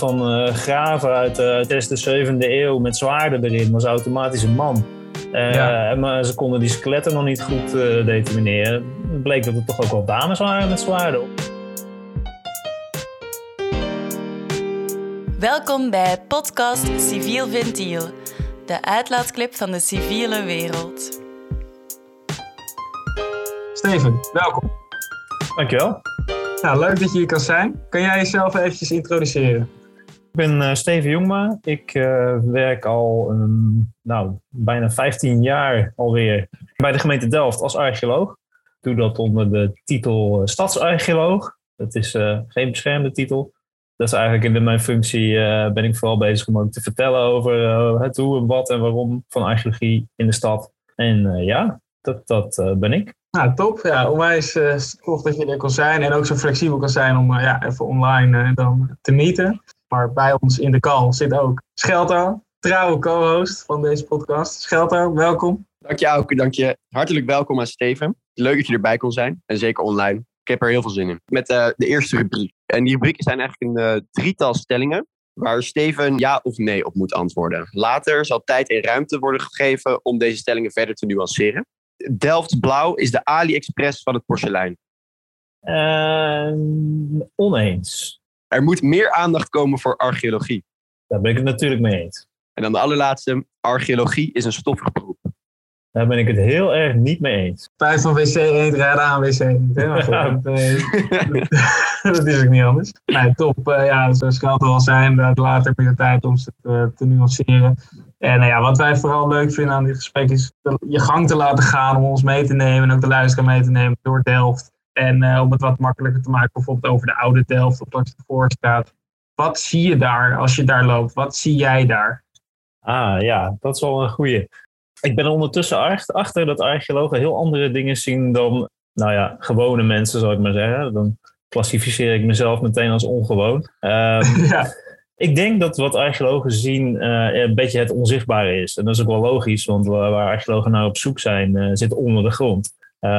van graven uit de 7e eeuw met zwaarden erin. Was automatisch een man. Maar ze konden die skeletten nog niet goed determineren. Het bleek dat het toch ook wel dames waren met zwaarden. Welkom bij podcast Civiel Ventiel, de uitlaatklep van de civiele wereld. Steven, welkom. Dankjewel. Nou, leuk dat je hier kan zijn. Kan jij jezelf eventjes introduceren? Ik ben Steven Jongma. Ik werk al bijna 15 jaar alweer bij de gemeente Delft als archeoloog. Ik doe dat onder de titel stadsarcheoloog. Dat is geen beschermde titel. Dat is eigenlijk in mijn functie ben ik vooral bezig om ook te vertellen over het hoe en wat en waarom van archeologie in de stad. En dat ben ik. Nou, top. Ja, onwijs tof dat je er kon zijn en ook zo flexibel kan zijn om even online dan te meeten. Maar bij ons in de call zit ook Schelto, trouwe co-host van deze podcast. Schelto, welkom. Dank je, Auke. Dank je. Hartelijk welkom aan Steven. Leuk dat je erbij kon zijn en zeker online. Ik heb er heel veel zin in. Met de eerste rubriek. En die rubrieken zijn eigenlijk een drietal stellingen waar Steven ja of nee op moet antwoorden. Later zal tijd en ruimte worden gegeven om deze stellingen verder te nuanceren. Delfts blauw is de AliExpress van het porselein. Oneens. Er moet meer aandacht komen voor archeologie. Daar ben ik het natuurlijk mee eens. En dan de allerlaatste. Archeologie is een stoffig beroep. Daar ben ik het heel erg niet mee eens. Tijd van wc 1 rijden aan wc 1. Dat is ook niet anders. Nee, top. Zoals Schelto al zijn, later meer tijd om ze te nuanceren. En wat wij vooral leuk vinden aan dit gesprek is je gang te laten gaan om ons mee te nemen en ook de luisteraar mee te nemen door Delft. En om het wat makkelijker te maken, bijvoorbeeld over de oude Delft of langs de Voorstraat. Wat zie je daar als je daar loopt? Wat zie jij daar? Dat is wel een goeie. Ik ben er ondertussen achter dat archeologen heel andere dingen zien dan gewone mensen, zou ik maar zeggen. Dan klassificeer ik mezelf meteen als ongewoon. Ik denk dat wat archeologen zien een beetje het onzichtbare is. En dat is ook wel logisch, want waar archeologen nou op zoek zijn, zit onder de grond.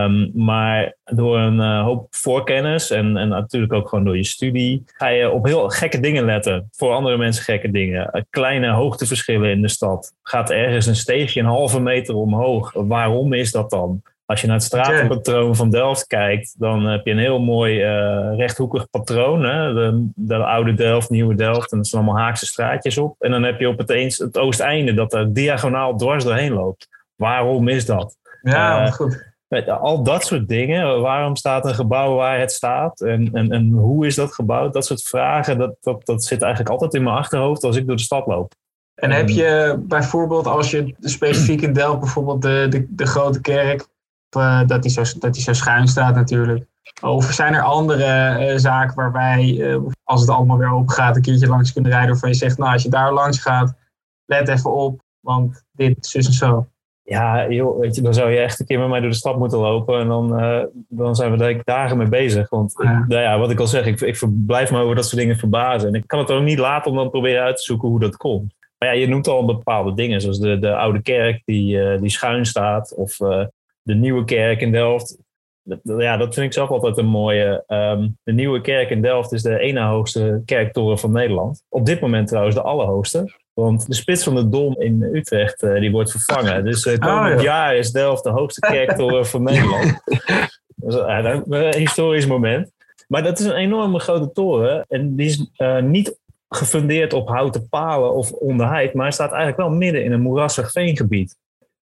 Maar door een hoop voorkennis en natuurlijk ook gewoon door je studie ga je op heel gekke dingen letten. Voor andere mensen gekke dingen. Kleine hoogteverschillen in de stad. Gaat ergens een steegje een halve meter omhoog. Waarom is dat dan? Als je naar het stratenpatroon van Delft kijkt, dan heb je een heel mooi rechthoekig patroon. Hè? De oude Delft, nieuwe Delft. En er staan allemaal haakse straatjes op. En dan heb je opeens het oosteinde dat er diagonaal dwars doorheen loopt. Waarom is dat? Ja, goed. Al dat soort dingen. Waarom staat een gebouw waar het staat? En hoe is dat gebouwd? Dat soort vragen, dat zit eigenlijk altijd in mijn achterhoofd als ik door de stad loop. En heb je bijvoorbeeld, als je specifiek in Delft bijvoorbeeld de grote kerk, dat die zo schuin staat natuurlijk. Of zijn er andere zaken waarbij, als het allemaal weer open gaat, een keertje langs kunnen rijden waarvan je zegt, als je daar langs gaat, let even op, want dit, zus en zo. Ja, joh, weet je, dan zou je echt een keer met mij door de stad moeten lopen. En dan zijn we daar dagen mee bezig. Want wat ik al zeg, ik blijf me over dat soort dingen verbazen. En ik kan het ook niet laten om dan proberen uit te zoeken hoe dat komt. Maar je noemt al bepaalde dingen. Zoals de oude kerk die schuin staat. Of de nieuwe kerk in Delft. Dat vind ik zelf altijd een mooie. De nieuwe kerk in Delft is de ene hoogste kerktoren van Nederland. Op dit moment trouwens de allerhoogste. Want de spits van de Dom in Utrecht die wordt vervangen. Dus komend jaar is Delft de hoogste kerktoren van Nederland. Dat is een historisch moment. Maar dat is een enorme grote toren. En die is niet gefundeerd op houten palen of onderheid. Maar hij staat eigenlijk wel midden in een moerassig veengebied.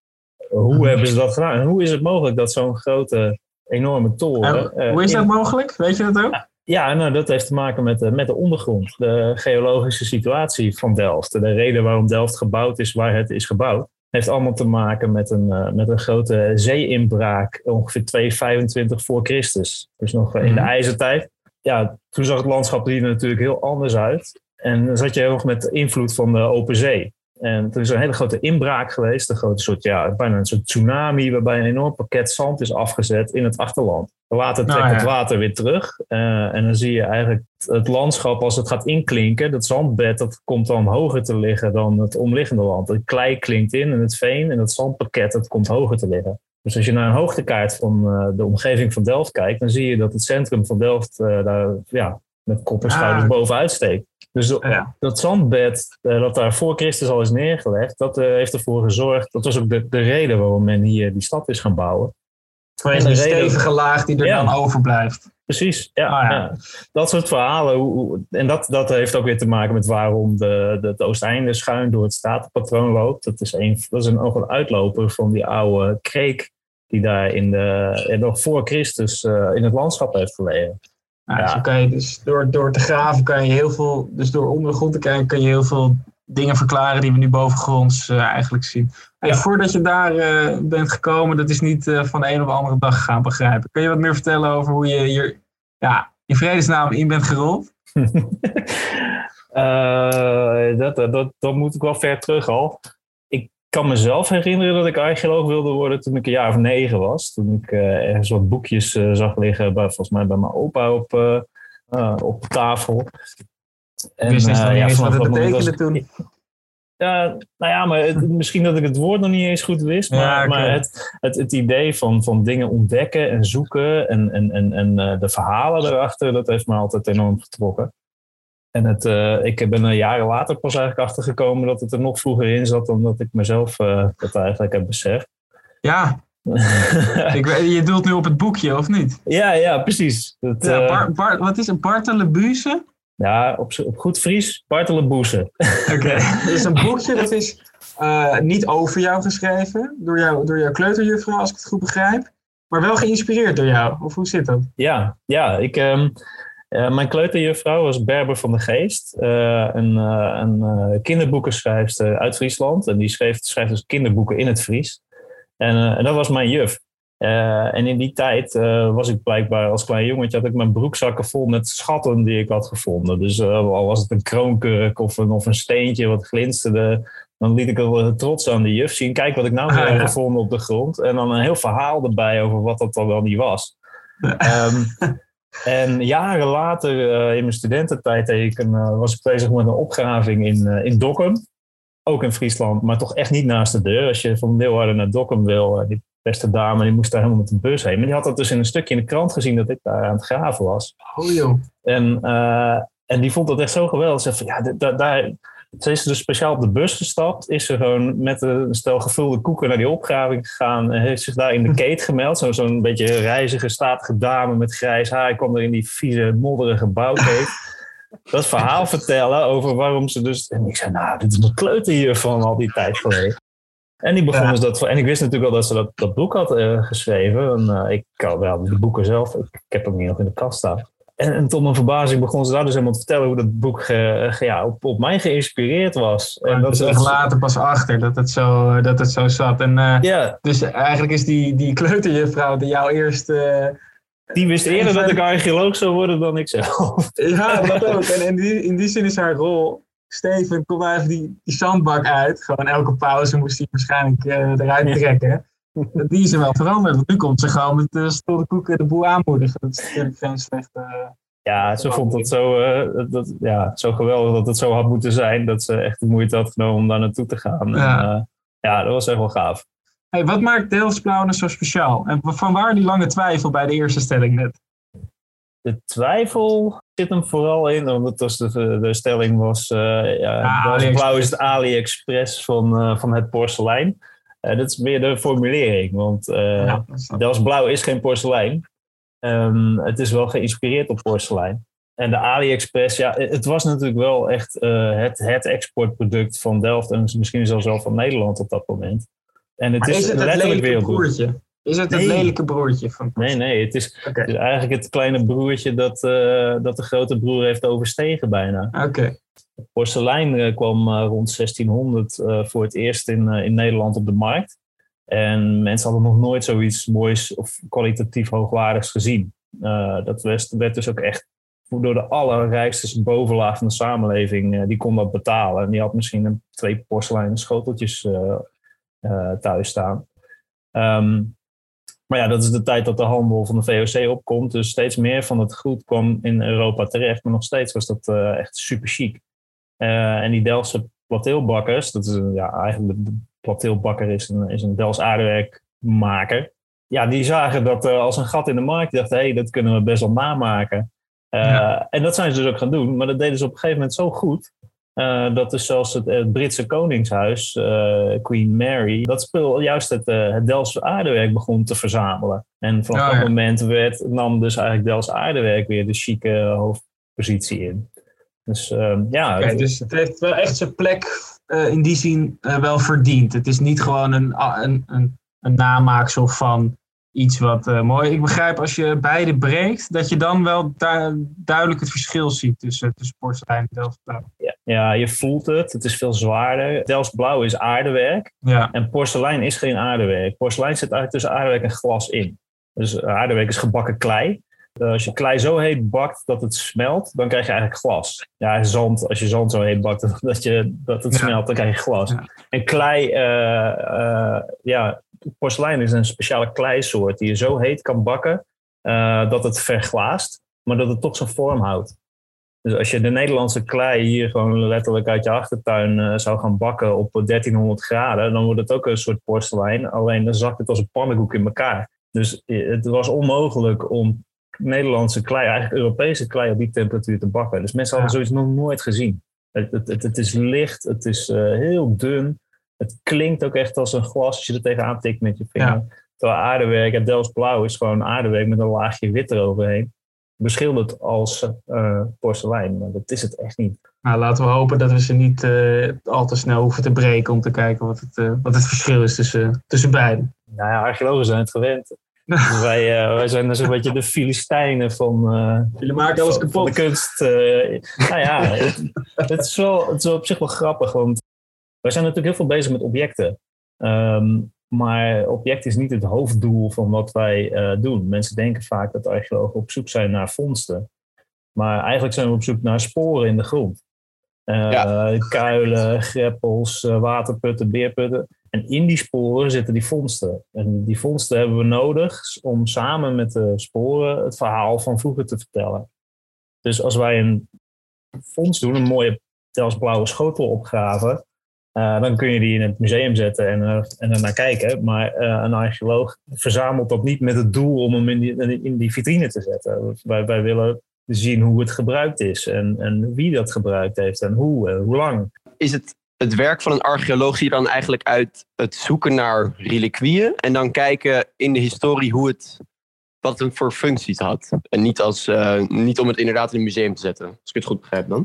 Hoe hebben ze dat gedaan? En hoe is het mogelijk dat zo'n grote, enorme toren... hoe is dat mogelijk? Weet je dat ook? Ja, dat heeft te maken met de ondergrond. De geologische situatie van Delft. De reden waarom Delft gebouwd is waar het is gebouwd, heeft allemaal te maken met een grote zeeinbraak. Ongeveer 225 voor Christus. Dus nog in de ijzertijd. Ja, toen zag het landschap er natuurlijk heel anders uit. En dan zat je heel nog met de invloed van de open zee. En toen is er een hele grote inbraak geweest. Een grote soort, bijna een soort tsunami, waarbij een enorm pakket zand is afgezet in het achterland. Later trekt het water weer terug. En dan zie je eigenlijk het landschap, als het gaat inklinken, dat zandbed, dat komt dan hoger te liggen dan het omliggende land. Het klei klinkt in en het veen en het zandpakket, dat komt hoger te liggen. Dus als je naar een hoogtekaart van de omgeving van Delft kijkt, dan zie je dat het centrum van Delft daar met kop en schouders bovenuit steekt. Dus dat zandbed dat daar voor Christus al is neergelegd, dat heeft ervoor gezorgd, dat was ook de reden waarom men hier die stad is gaan bouwen. Vanwege die stevige laag die er dan overblijft. Precies, ja. Dat soort verhalen. En dat heeft ook weer te maken met waarom het Oosteinde schuin door het statenpatroon loopt. Dat is ook een uitloper van die oude kreek die daar nog voor Christus in het landschap heeft gelegen. Zo kan je dus door te graven kan je heel veel, dus door onder de grond te kijken kan je heel veel dingen verklaren die we nu bovengronds eigenlijk zien. Voordat je daar bent gekomen, dat is niet van de een op de andere dag gegaan, begrijpen. Kun je wat meer vertellen over hoe je hier in vredesnaam in bent gerold? Dat moet ik wel ver terug al. Ik kan mezelf herinneren dat ik archeoloog wilde worden toen ik een jaar of 9 was. Toen ik ergens wat boekjes zag liggen, volgens mij bij mijn opa op tafel. Ik wist niet eens wat het betekende toen. Ja, maar misschien dat ik het woord nog niet eens goed wist. Maar het idee van dingen ontdekken en zoeken en de verhalen erachter, dat heeft me altijd enorm getrokken. En ik ben er jaren later pas eigenlijk achtergekomen dat het er nog vroeger in zat dan dat ik mezelf dat eigenlijk heb beseft. Ja. Je doelt nu op het boekje, of niet? Ja, precies. Wat is een Bartelebuse? Ja, op goed Fries, Barteleboeze. Oké, dus een boekje dat is niet over jou geschreven, door jouw kleuterjuffrouw, als ik het goed begrijp, maar wel geïnspireerd door jou, of hoe zit dat? Ja, mijn kleuterjuffrouw was Berber van de Geest, een kinderboekenschrijfster uit Friesland. En die schrijft dus kinderboeken in het Fries. En dat was mijn juf. En in die tijd was ik blijkbaar als klein jongetje, had ik mijn broekzakken vol met schatten die ik had gevonden. Dus al was het een kroonkurk of een steentje wat glinsterde, dan liet ik er wel trots aan de juf zien. Kijk wat ik nou heb gevonden op de grond. En dan een heel verhaal erbij over wat dat dan wel niet was. En jaren later, in mijn studententijd, was ik bezig met een opgraving in Dokkum. Ook in Friesland, maar toch echt niet naast de deur. Als je van Leeuwarden naar Dokkum wil, die beste dame, die moest daar helemaal met de bus heen. Maar die had dat dus in een stukje in de krant gezien dat ik daar aan het graven was. Oh joh. En die vond dat echt zo geweldig. Ze zei van, ze is dus speciaal op de bus gestapt. Is ze gewoon met een stel gevulde koeken naar die opgraving gegaan. En heeft zich daar in de keet gemeld. Zo'n beetje reizige, statige dame met grijs haar. Ik kwam er in die vieze, modderige bouwkeet. Dat verhaal vertellen over waarom ze dus... En ik zei, dit is een kleuterjuf van al die tijd geleden. En die begon dus dat... En ik wist natuurlijk al dat ze dat boek had geschreven. En, ik had wel de boeken zelf. Ik heb hem hier nog in de kast staan. En tot mijn verbazing begon ze daar dus helemaal te vertellen hoe dat boek op mij geïnspireerd was. En dat is later pas achter dat het zo zat. En, Dus eigenlijk is die kleuterjuffrouw die jou eerst... die wist eerder dat ik archeoloog zou worden dan ik zelf. Ja, dat ook. En in die zin is haar rol... Steven, kom maar even die zandbak uit. Gewoon elke pauze moest hij waarschijnlijk eruit trekken. Die is er wel veranderd. Want nu komt ze gewoon met de stolde koeken de boel aanmoedigen. Dat is natuurlijk geen slechte... ze vond het zo geweldig dat het zo had moeten zijn. Dat ze echt de moeite had genomen om daar naartoe te gaan. En, dat was echt wel gaaf. Hey, wat maakt Delftsblauw nou zo speciaal? En van waar die lange twijfel bij de eerste stelling net? De twijfel zit hem vooral in, omdat de stelling was... Delftsblauw is het AliExpress van het porselein. Dat is meer de formulering, want Delftsblauw is geen porselein. Het is wel geïnspireerd op porselein. En de AliExpress, het was natuurlijk wel echt het exportproduct van Delft en misschien zelfs wel van Nederland op dat moment. En het is het lelijke broertje? Is het het lelijke broertje van porselein? Nee. Het is eigenlijk het kleine broertje dat de grote broer heeft overstegen bijna. Oké. Porselein kwam rond 1600 voor het eerst in Nederland op de markt. En mensen hadden nog nooit zoiets moois of kwalitatief hoogwaardigs gezien. Dat werd dus ook echt door de allerrijkste bovenlaag van de samenleving, die kon dat betalen. En die had misschien 2 porseleinen schoteltjes thuis staan. Maar dat is de tijd dat de handel van de VOC opkomt. Dus steeds meer van het goed kwam in Europa terecht. Maar nog steeds was dat echt super chic. En die Delftse plateelbakkers, dat is eigenlijk de plateelbakker is een Delfts aardewerkmaker. Ja, die zagen dat als een gat in de markt. Die dachten, dat kunnen we best wel namaken. En dat zijn ze dus ook gaan doen. Maar dat deden ze op een gegeven moment zo goed. Dat dus zelfs het Britse koningshuis, Queen Mary, dat spul juist het Delftse aardewerk begon te verzamelen. En vanaf dat moment nam dus eigenlijk Delftse aardewerk weer de chique hoofdpositie in. Dus dus het heeft wel echt zijn plek in die zin wel verdiend. Het is niet gewoon een namaaksel van iets wat mooi. Ik begrijp als je beide breekt, dat je dan wel duidelijk het verschil ziet tussen porselein en Delfts blauw. Ja, je voelt het. Het is veel zwaarder. Delfts blauw is aardewerk. Ja. En porselein is geen aardewerk. Porselein zit eigenlijk tussen aardewerk en glas in. Dus aardewerk is gebakken klei. Als je klei zo heet bakt dat het smelt, dan krijg je eigenlijk glas. Ja, zand, als je zand zo heet bakt dat het smelt, dan krijg je glas. Ja. En klei, porselein is een speciale kleisoort die je zo heet kan bakken dat het verglaast, maar dat het toch zijn vorm houdt. Dus als je de Nederlandse klei hier gewoon letterlijk uit je achtertuin zou gaan bakken op 1300 graden, dan wordt het ook een soort porselein, alleen dan zakt het als een pannenkoek in elkaar. Dus het was onmogelijk om Nederlandse klei, eigenlijk Europese klei op die temperatuur te bakken. Dus mensen hadden zoiets nog nooit gezien. Het is licht, het is heel dun. Het klinkt ook echt als een glas als je er tegenaan tikt met je vinger. Ja. Terwijl aardewerk, het Delfts blauw is gewoon aardewerk met een laagje wit eroverheen. Beschilderd als porselein, maar dat is het echt niet. Nou, laten we hopen dat we ze niet al te snel hoeven te breken om te kijken wat het verschil is tussen beiden. Nou ja, archeologen zijn het gewend. Dus wij zijn dus een beetje de Filistijnen van, jullie maken alles kapot. Van de kunst. Het is wel op zich wel grappig, want wij zijn natuurlijk heel veel bezig met objecten. Maar object is niet het hoofddoel van wat wij doen. Mensen denken vaak dat archeologen op zoek zijn naar vondsten. Maar eigenlijk zijn we op zoek naar sporen in de grond. Kuilen, greppels, waterputten, beerputten. En in die sporen zitten die vondsten. En die vondsten hebben we nodig om samen met de sporen het verhaal van vroeger te vertellen. Dus als wij een vondst doen, een mooie Delfts blauwe schotel opgraven, dan kun je die in het museum zetten en er naar kijken. Maar een archeoloog verzamelt dat niet met het doel om hem in die vitrine te zetten. Wij willen zien hoe het gebruikt is en wie dat gebruikt heeft en hoe lang. Is het werk van een archeoloog zie je dan eigenlijk uit het zoeken naar reliquieën en dan kijken in de historie wat het voor functies had. En niet om het inderdaad in een museum te zetten, als ik het goed begrijp dan.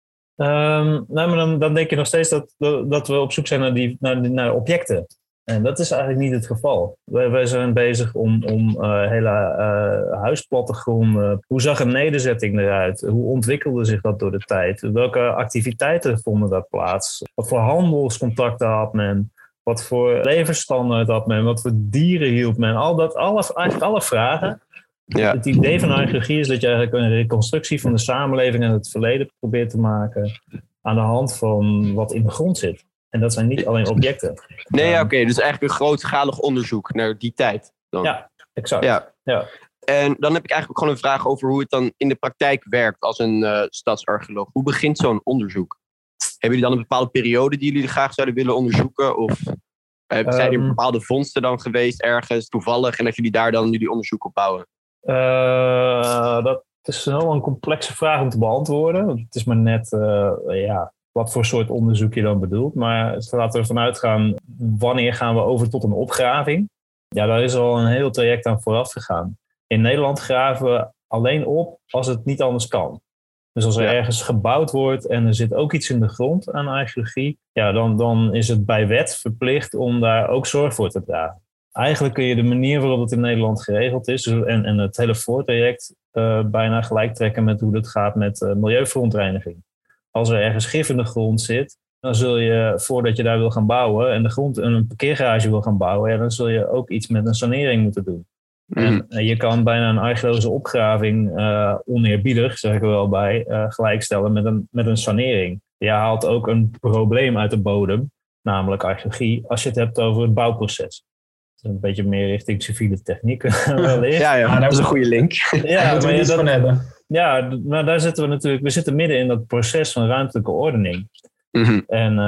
Maar dan denk je nog steeds dat we op zoek zijn naar objecten. En dat is eigenlijk niet het geval. Wij zijn bezig om hele huisplattegronden. Hoe zag een nederzetting eruit? Hoe ontwikkelde zich dat door de tijd? Welke activiteiten vonden daar plaats? Wat voor handelscontacten had men? Wat voor levensstandaard had men? Wat voor dieren hield men? Eigenlijk alle vragen. Ja. Het idee van archeologie is dat je eigenlijk een reconstructie van de samenleving en het verleden probeert te maken aan de hand van wat in de grond zit. En dat zijn niet alleen objecten. Nee, oké. Dus eigenlijk een grootschalig onderzoek naar die tijd. Dan. Ja, exact. Ja. En dan heb ik eigenlijk gewoon een vraag over hoe het dan in de praktijk werkt als een stadsarcheoloog. Hoe begint zo'n onderzoek? Hebben jullie dan een bepaalde periode die jullie graag zouden willen onderzoeken? Of zijn er bepaalde vondsten dan geweest ergens toevallig en dat jullie daar dan jullie onderzoek op bouwen? Dat is wel een complexe vraag om te beantwoorden. Want het is maar net wat voor soort onderzoek je dan bedoelt. Maar laten we ervan uitgaan, wanneer gaan we over tot een opgraving? Ja, daar is al een heel traject aan vooraf gegaan. In Nederland graven we alleen op als het niet anders kan. Dus als er ergens gebouwd wordt en er zit ook iets in de grond aan archeologie, ja, dan is het bij wet verplicht om daar ook zorg voor te dragen. Eigenlijk kun je de manier waarop het in Nederland geregeld is en het hele voortraject bijna gelijk trekken met hoe het gaat met milieuverontreiniging. Als er ergens gif in de grond zit, dan zul je, voordat je daar wil gaan bouwen en de grond een parkeergarage wil gaan bouwen, dan zul je ook iets met een sanering moeten doen. En je kan bijna een archeologische opgraving oneerbiedig, zeg ik er wel bij, gelijkstellen met een sanering. Je haalt ook een probleem uit de bodem, namelijk archeologie, als je het hebt over het bouwproces. Een beetje meer richting civiele techniek. Ja, dat is een goede link. Ja, moeten we iets van hebben. Ja, maar daar zitten we natuurlijk. We zitten midden in dat proces van ruimtelijke ordening. Mm-hmm. En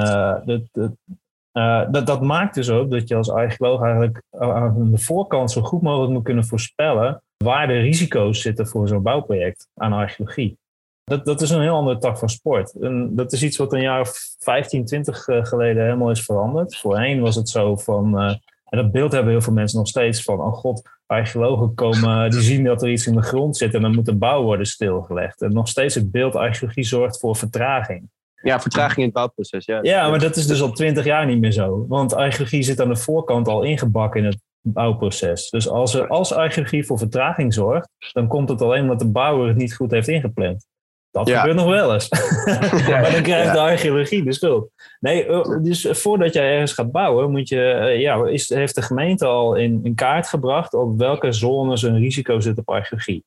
dat maakt dus ook dat je als archeoloog eigenlijk aan de voorkant zo goed mogelijk moet kunnen voorspellen waar de risico's zitten voor zo'n bouwproject aan archeologie. Dat is een heel andere tak van sport. En dat is iets wat een jaar of 15, 20 geleden helemaal is veranderd. Voorheen was het zo van... en dat beeld hebben heel veel mensen nog steeds van... oh god, archeologen komen, die zien dat er iets in de grond zit... en dan moet de bouw worden stilgelegd. En nog steeds het beeld archeologie zorgt voor vertraging. Ja, vertraging in het bouwproces. Ja, maar dat is dus al 20 jaar niet meer zo. Want archeologie zit aan de voorkant al ingebakken in het bouwproces. Dus als archeologie voor vertraging zorgt... dan komt het alleen omdat de bouwer het niet goed heeft ingepland. Dat gebeurt nog wel eens. Maar dan krijgt de archeologie de schuld. Nee, dus voordat jij ergens gaat bouwen... heeft de gemeente al in kaart gebracht... op welke zones een risico zit op archeologie.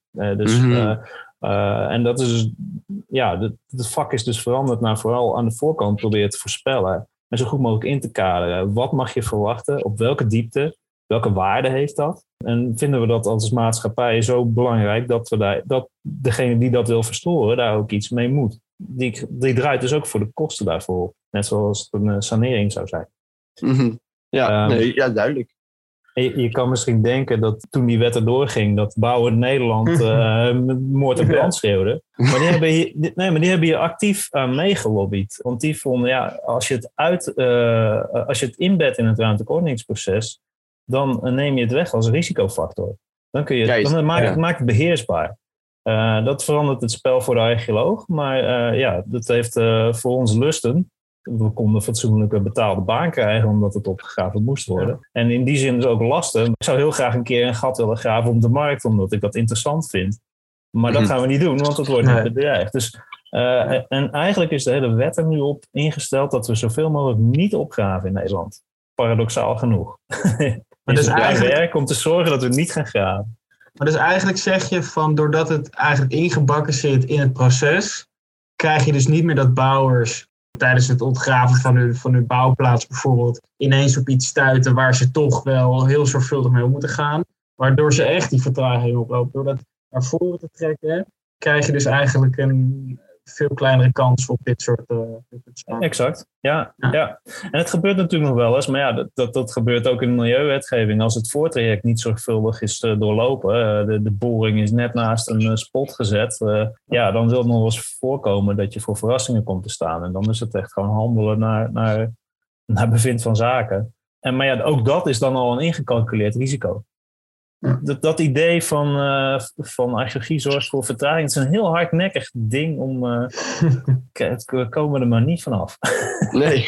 En dat is dus... het vak is dus veranderd naar vooral aan de voorkant proberen te voorspellen... en zo goed mogelijk in te kaderen. Wat mag je verwachten? Op welke diepte? Welke waarde heeft dat? En vinden we dat als maatschappij zo belangrijk... dat degene die dat wil verstoren daar ook iets mee moet. Die draait dus ook voor de kosten daarvoor op. Net zoals het een sanering zou zijn. Mm-hmm. Ja, duidelijk. Je kan misschien denken dat toen die wet erdoor ging... dat bouwen in Nederland moord en brand schreeuwde. Maar die hebben hier actief aan meegelobbyd. Want die vonden, als je het inbedt in het ruimtelijk ordeningsproces... dan neem je het weg als risicofactor. Dan maakt het beheersbaar. Dat verandert het spel voor de archeoloog. Maar dat heeft voor ons lusten. We konden een fatsoenlijke betaalde baan krijgen... omdat het opgegraven moest worden. Ja. En in die zin is ook lasten. Ik zou heel graag een keer een gat willen graven op de markt... omdat ik dat interessant vind. Maar dat gaan we niet doen, want dat wordt niet bedreigd. Dus, en eigenlijk is de hele wet er nu op ingesteld... dat we zoveel mogelijk niet opgraven in Nederland. Paradoxaal genoeg. Maar dus eigenlijk werk om te zorgen dat we niet gaan graven. Maar dus eigenlijk zeg je van... doordat het eigenlijk ingebakken zit in het proces... krijg je dus niet meer dat bouwers... tijdens het ontgraven van hun bouwplaats bijvoorbeeld... ineens op iets stuiten waar ze toch wel heel zorgvuldig mee om moeten gaan. Waardoor ze echt die vertraging oplopen. Door dat naar voren te trekken... krijg je dus eigenlijk een veel kleinere kans op dit soort zaken. Exact, ja. En het gebeurt natuurlijk nog wel eens, maar dat gebeurt ook in de milieuwetgeving. Als het voortraject niet zorgvuldig is doorlopen, de boring is net naast een spot gezet, dan wil het nog wel eens voorkomen dat je voor verrassingen komt te staan. En dan is het echt gewoon handelen naar bevind van zaken. Maar ook dat is dan al een ingecalculeerd risico. Dat idee van archeologie zorgt voor vertraging. Het is een heel hardnekkig ding om... we komen er maar niet vanaf. Nee.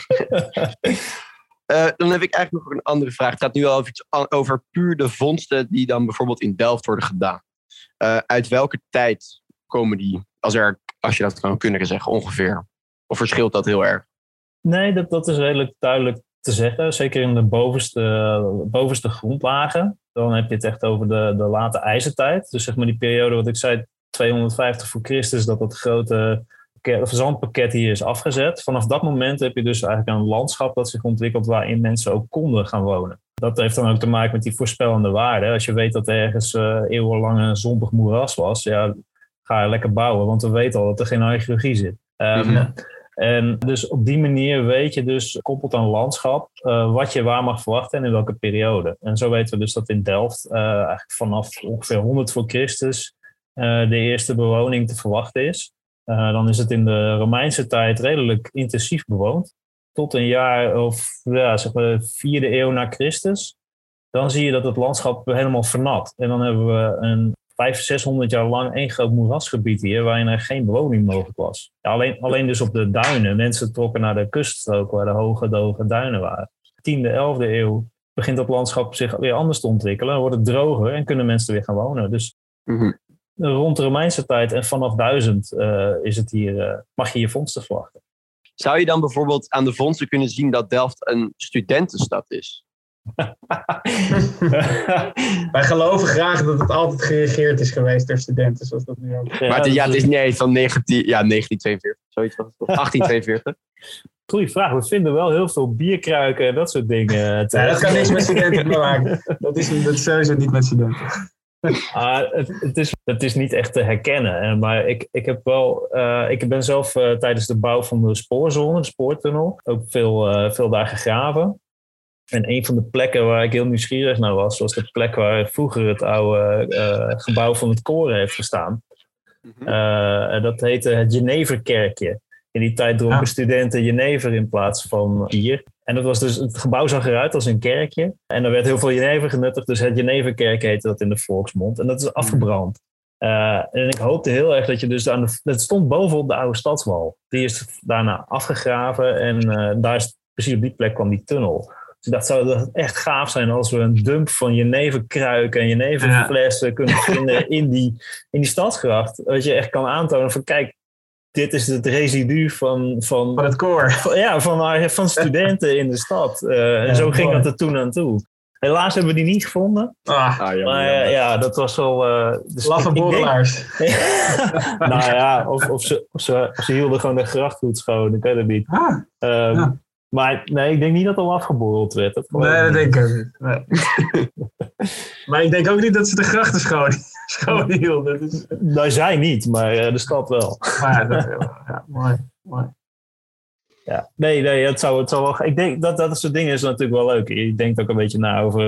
Dan heb ik eigenlijk nog een andere vraag. Het gaat nu al over puur de vondsten die dan bijvoorbeeld in Delft worden gedaan. Uit welke tijd komen die, als je dat kan kunnen zeggen, ongeveer? Of verschilt dat heel erg? Nee, dat is redelijk duidelijk te zeggen. Zeker in de bovenste grondlagen. Dan heb je het echt over de late ijzertijd. Dus zeg maar die periode wat ik zei, 250 voor Christus, dat het grote zandpakket hier is afgezet. Vanaf dat moment heb je dus eigenlijk een landschap dat zich ontwikkelt waarin mensen ook konden gaan wonen. Dat heeft dan ook te maken met die voorspellende waarde. Als je weet dat er ergens eeuwenlang een zompig moeras was, ga je lekker bouwen, want we weten al dat er geen archeologie zit. En dus op die manier weet je dus, koppelt aan landschap, wat je waar mag verwachten en in welke periode. En zo weten we dus dat in Delft eigenlijk vanaf ongeveer 100 voor Christus de eerste bewoning te verwachten is. Dan is het in de Romeinse tijd redelijk intensief bewoond. Tot een jaar of zeg maar 4e eeuw na Christus. Dan zie je dat het landschap helemaal vernat. En dan hebben we een 500-600 jaar lang één groot moerasgebied hier, waarin er geen bewoning mogelijk was. Ja, alleen dus op de duinen. Mensen trokken naar de kuststrook waar de hoge, doge duinen waren. 10e, 11e eeuw begint dat landschap zich weer anders te ontwikkelen. Dan wordt het droger en kunnen mensen er weer gaan wonen. Dus rond de Romeinse tijd en vanaf 1000 is het hier, mag je vondsten verwachten. Zou je dan bijvoorbeeld aan de vondsten kunnen zien dat Delft een studentenstad is? Wij geloven graag dat het altijd geregeerd is geweest door studenten, zoals dat nu ook. Maar het is van 1942, zoiets was het toch? 1842. Goeie vraag. We vinden wel heel veel bierkruiken en dat soort dingen. Dat kan niks met studenten maken. Dat is sowieso niet met studenten. Het is niet echt te herkennen. Maar ik ben zelf tijdens de bouw van de spoorzone, de spoortunnel, ook veel daar gegraven. En een van de plekken waar ik heel nieuwsgierig naar was de plek waar vroeger het oude gebouw van het koren heeft gestaan. Dat heette het Jeneverkerkje. In die tijd dronken studenten jenever in plaats van bier. En dat was dus, het gebouw zag eruit als een kerkje. En er werd heel veel jenever genuttigd. Dus het Jeneverkerkje heette dat in de volksmond. En dat is afgebrand. En ik hoopte heel erg dat je dus dat stond bovenop de oude stadswal. Die is daarna afgegraven. En daar is precies op die plek kwam die tunnel. Dus ik dacht, zou dat echt gaaf zijn als we een dump van jeneverkruiken en jeneverflessen kunnen vinden in die stadsgracht. Dat je echt kan aantonen van kijk, dit is het residu van het koor. Van studenten in de stad. En zo ging dat er toen aan toe. Helaas hebben we die niet gevonden. Maar dat was wel... Dus laffe borrelaars. Nou ja, of ze hielden gewoon de gracht goed schoon. Ik weet het niet. Maar nee, ik denk niet dat er al afgeborreld werd. Dat denk ik ook niet. Nee. Maar ik denk ook niet dat ze de grachten schoon hielden. Dus... Nou, zij niet, maar de stad wel. Mooi. Ja, nee, het zou wel... Ik denk dat soort dingen is natuurlijk wel leuk. Je denkt ook een beetje na over...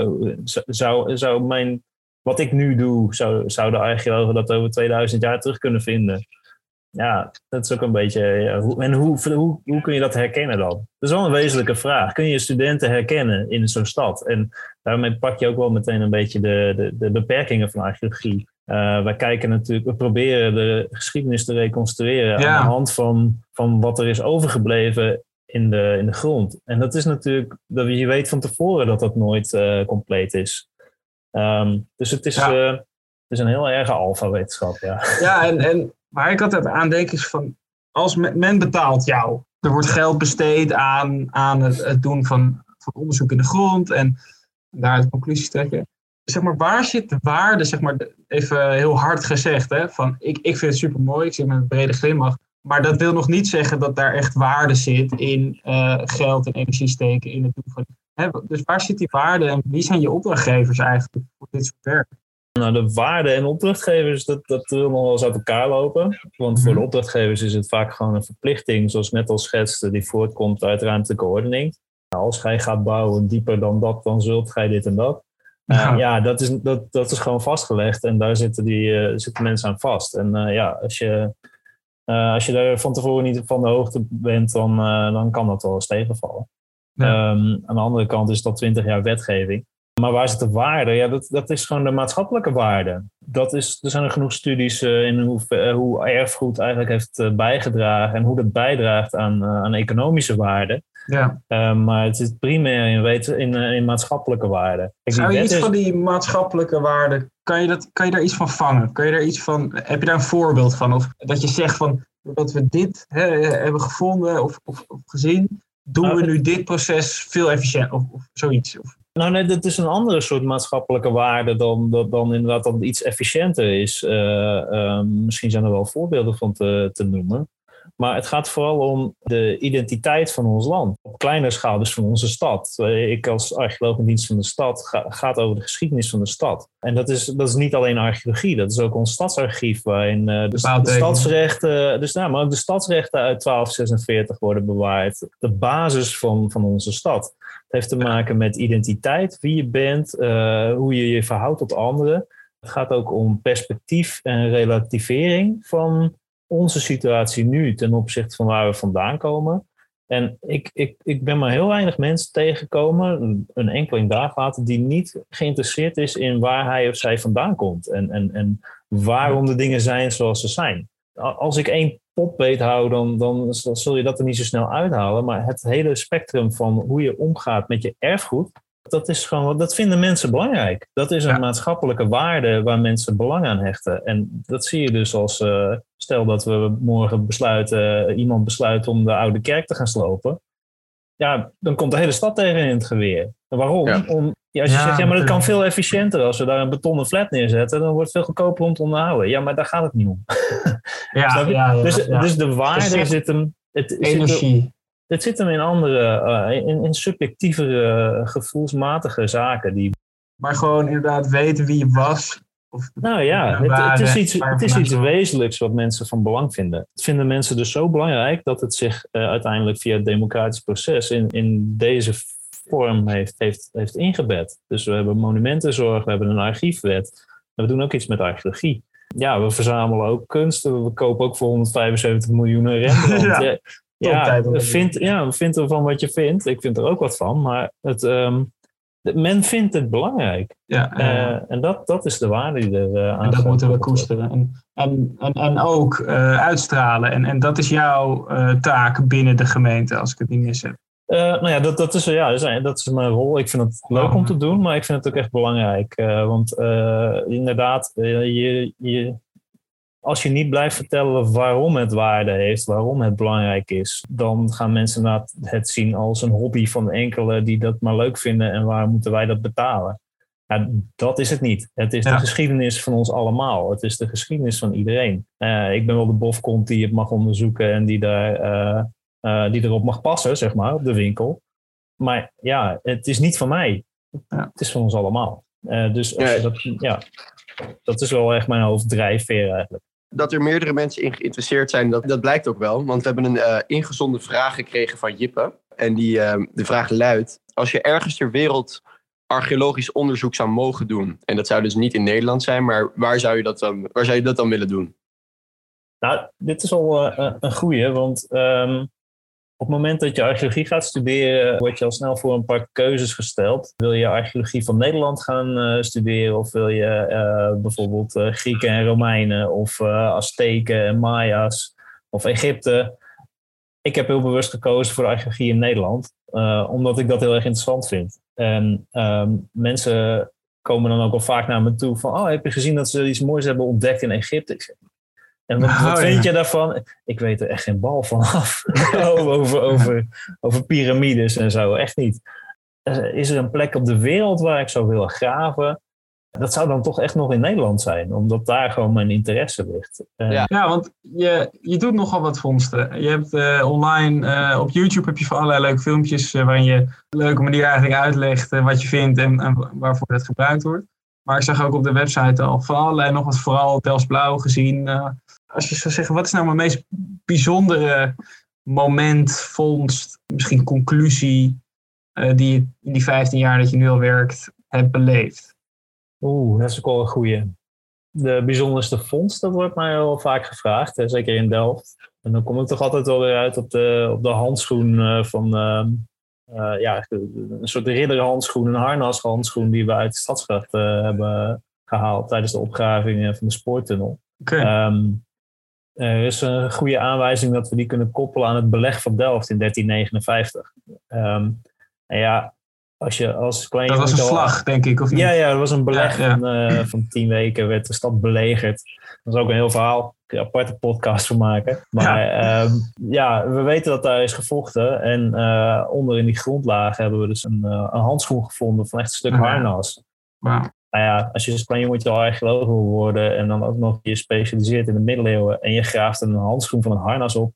wat ik nu doe, zou de archeologen dat over 2000 jaar terug kunnen vinden? Ja, dat is ook een beetje... En hoe kun je dat herkennen dan? Dat is wel een wezenlijke vraag. Kun je studenten herkennen in zo'n stad? En daarmee pak je ook wel meteen een beetje de beperkingen van archeologie. We proberen de geschiedenis te reconstrueren aan de hand van wat er is overgebleven in de grond. En dat is natuurlijk, je weet van tevoren dat dat nooit compleet is. Dus het is een heel erge alfa-wetenschap. Maar ik had het aandenken van, als men betaalt jou, er wordt geld besteed aan het doen van onderzoek in de grond en daar de conclusies trekken. Zeg maar, waar zit de waarde, zeg maar, even heel hard gezegd, hè, van ik vind het super mooi, ik zit met een brede glimlach, maar dat wil nog niet zeggen dat daar echt waarde zit in geld en energie steken in het doen van. Hè, dus waar zit die waarde en wie zijn je opdrachtgevers eigenlijk voor dit soort werk? Nou, de waarden en opdrachtgevers, dat wil nog wel eens uit elkaar lopen. Want voor de opdrachtgevers is het vaak gewoon een verplichting, zoals net al schetste, die voortkomt uit ruimtelijke ordening. Nou, als gij gaat bouwen dieper dan dat, dan zult gij dit en dat. Dat is gewoon vastgelegd en daar zitten mensen aan vast. En als je daar van tevoren niet van de hoogte bent, dan kan dat wel eens tegenvallen. Aan de andere kant is dat 20 jaar wetgeving. Maar waar zit de waarde? Ja, dat is gewoon de maatschappelijke waarde. Er zijn er genoeg studies in hoe erfgoed eigenlijk heeft bijgedragen en hoe dat bijdraagt aan economische waarde. Ja. Maar het zit primair in maatschappelijke waarde. Zou je iets van die maatschappelijke waarde, kan je daar iets van vangen? Heb je daar een voorbeeld van? Of dat je zegt van, doordat we dit hebben gevonden of gezien, doen we nu dit proces veel efficiënter of zoiets? Nou nee, dat is een andere soort maatschappelijke waarde dan inderdaad dat het iets efficiënter is. Misschien zijn er wel voorbeelden van te noemen. Maar het gaat vooral om de identiteit van ons land. Op kleine schaal dus van onze stad. Ik als archeoloog in dienst van de stad gaat over de geschiedenis van de stad. En dat is niet alleen archeologie. Dat is ook ons stadsarchief waarin de stadsrechten, maar ook de stadsrechten uit 1246 worden bewaard. De basis van onze stad. Het heeft te maken met identiteit, wie je bent, hoe je je verhoudt tot anderen. Het gaat ook om perspectief en relativering van onze situatie nu ten opzichte van waar we vandaan komen. En ik ben maar heel weinig mensen tegengekomen, een enkeling daar later, die niet geïnteresseerd is in waar hij of zij vandaan komt. En waarom de dingen zijn zoals ze zijn. Als ik één potbeet hou, dan zul je dat er niet zo snel uithalen. Maar het hele spectrum van hoe je omgaat met je erfgoed, dat vinden mensen belangrijk. Dat is een maatschappelijke waarde waar mensen belang aan hechten. En dat zie je dus als, stel dat we morgen iemand besluit om de oude kerk te gaan slopen. Ja, dan komt de hele stad tegen in het geweer. En waarom? Ja. Als je zegt, maar dat kan veel efficiënter. Als we daar een betonnen flat neerzetten, dan wordt het veel goedkoper om te onderhouden. Ja, maar daar gaat het niet om. Dus de waarde zit hem... Energie. Het zit hem in andere, in subjectievere, gevoelsmatige zaken. Maar gewoon inderdaad weten wie je was. Het is iets wezenlijks wat mensen van belang vinden. Het vinden mensen dus zo belangrijk dat het zich uiteindelijk via het democratisch proces in deze vorm heeft ingebed. Dus we hebben monumentenzorg, we hebben een archiefwet. En we doen ook iets met archeologie. Ja, we verzamelen ook kunst. We kopen ook voor 175 miljoen Rembrandt. We vinden ervan wat je vindt. Ik vind er ook wat van. Maar men vindt het belangrijk. En dat is de waarde die er aan. En dat moeten we koesteren. En ook uitstralen. En dat is jouw taak binnen de gemeente, als ik het niet mis heb. Dat is mijn rol. Ik vind het leuk om te doen, maar ik vind het ook echt belangrijk. Want inderdaad, als je niet blijft vertellen waarom het waarde heeft, waarom het belangrijk is, dan gaan mensen het zien als een hobby van enkele die dat maar leuk vinden en waar moeten wij dat betalen. Ja, dat is het niet. Het is de geschiedenis van ons allemaal. Het is de geschiedenis van iedereen. Ik ben wel de bofkont die het mag onderzoeken en die erop mag passen, zeg maar, op de winkel. Maar ja, het is niet van mij. Het is van ons allemaal. Dus dat is wel echt mijn hoofddrijfveer eigenlijk. Dat er meerdere mensen in geïnteresseerd zijn, dat blijkt ook wel. Want we hebben een ingezonden vraag gekregen van Jippe. En de vraag luidt: als je ergens ter wereld archeologisch onderzoek zou mogen doen, en dat zou dus niet in Nederland zijn, maar waar zou je dat dan willen doen? Nou, dit is al een goeie, want op het moment dat je archeologie gaat studeren, word je al snel voor een paar keuzes gesteld. Wil je archeologie van Nederland gaan studeren, of wil je bijvoorbeeld Grieken en Romeinen, of Azteken en Maya's, of Egypte? Ik heb heel bewust gekozen voor archeologie in Nederland, omdat ik dat heel erg interessant vind. En mensen komen dan ook wel vaak naar me toe van, heb je gezien dat ze iets moois hebben ontdekt in Egypte? En wat vind je daarvan? Ik weet er echt geen bal van af. over piramides en zo, echt niet. Is er een plek op de wereld waar ik zou willen graven? Dat zou dan toch echt nog in Nederland zijn, omdat daar gewoon mijn interesse ligt. Ja, want je doet nogal wat vondsten. Je hebt online, op YouTube heb je van allerlei leuke filmpjes waarin je op een leuke manier eigenlijk uitlegt wat je vindt en waarvoor het gebruikt wordt. Maar ik zag ook op de website al van allerlei nog wat, vooral Delfts Blauw gezien. Als je zou zeggen, wat is nou mijn meest bijzondere moment, vondst, misschien conclusie die je in die 15 jaar dat je nu al werkt hebt beleefd? Dat is ook wel een goeie. De bijzonderste vondst, dat wordt mij wel vaak gevraagd, hè, zeker in Delft. En dan kom ik toch altijd wel weer uit op de handschoen van een soort ridderhandschoen, een harnashandschoen die we uit de Stadsgracht hebben gehaald tijdens de opgraving van de spoortunnel. Okay. Er is een goede aanwijzing dat we die kunnen koppelen aan het beleg van Delft in 1359. Als klein dat was een slag, denk ik, of niet? Ja, dat was een beleg van 10 weken, werd de stad belegerd. Dat is ook een heel verhaal. Kun je een aparte podcast van maken. Maar we weten dat daar is gevochten. En onder in die grondlagen hebben we dus een handschoen gevonden van echt een stuk harnas. Wow. Nou ja, als je als klein jongetje al archeoloog wil worden en dan ook nog je specialiseert in de middeleeuwen en je graaft een handschoen van een harnas op,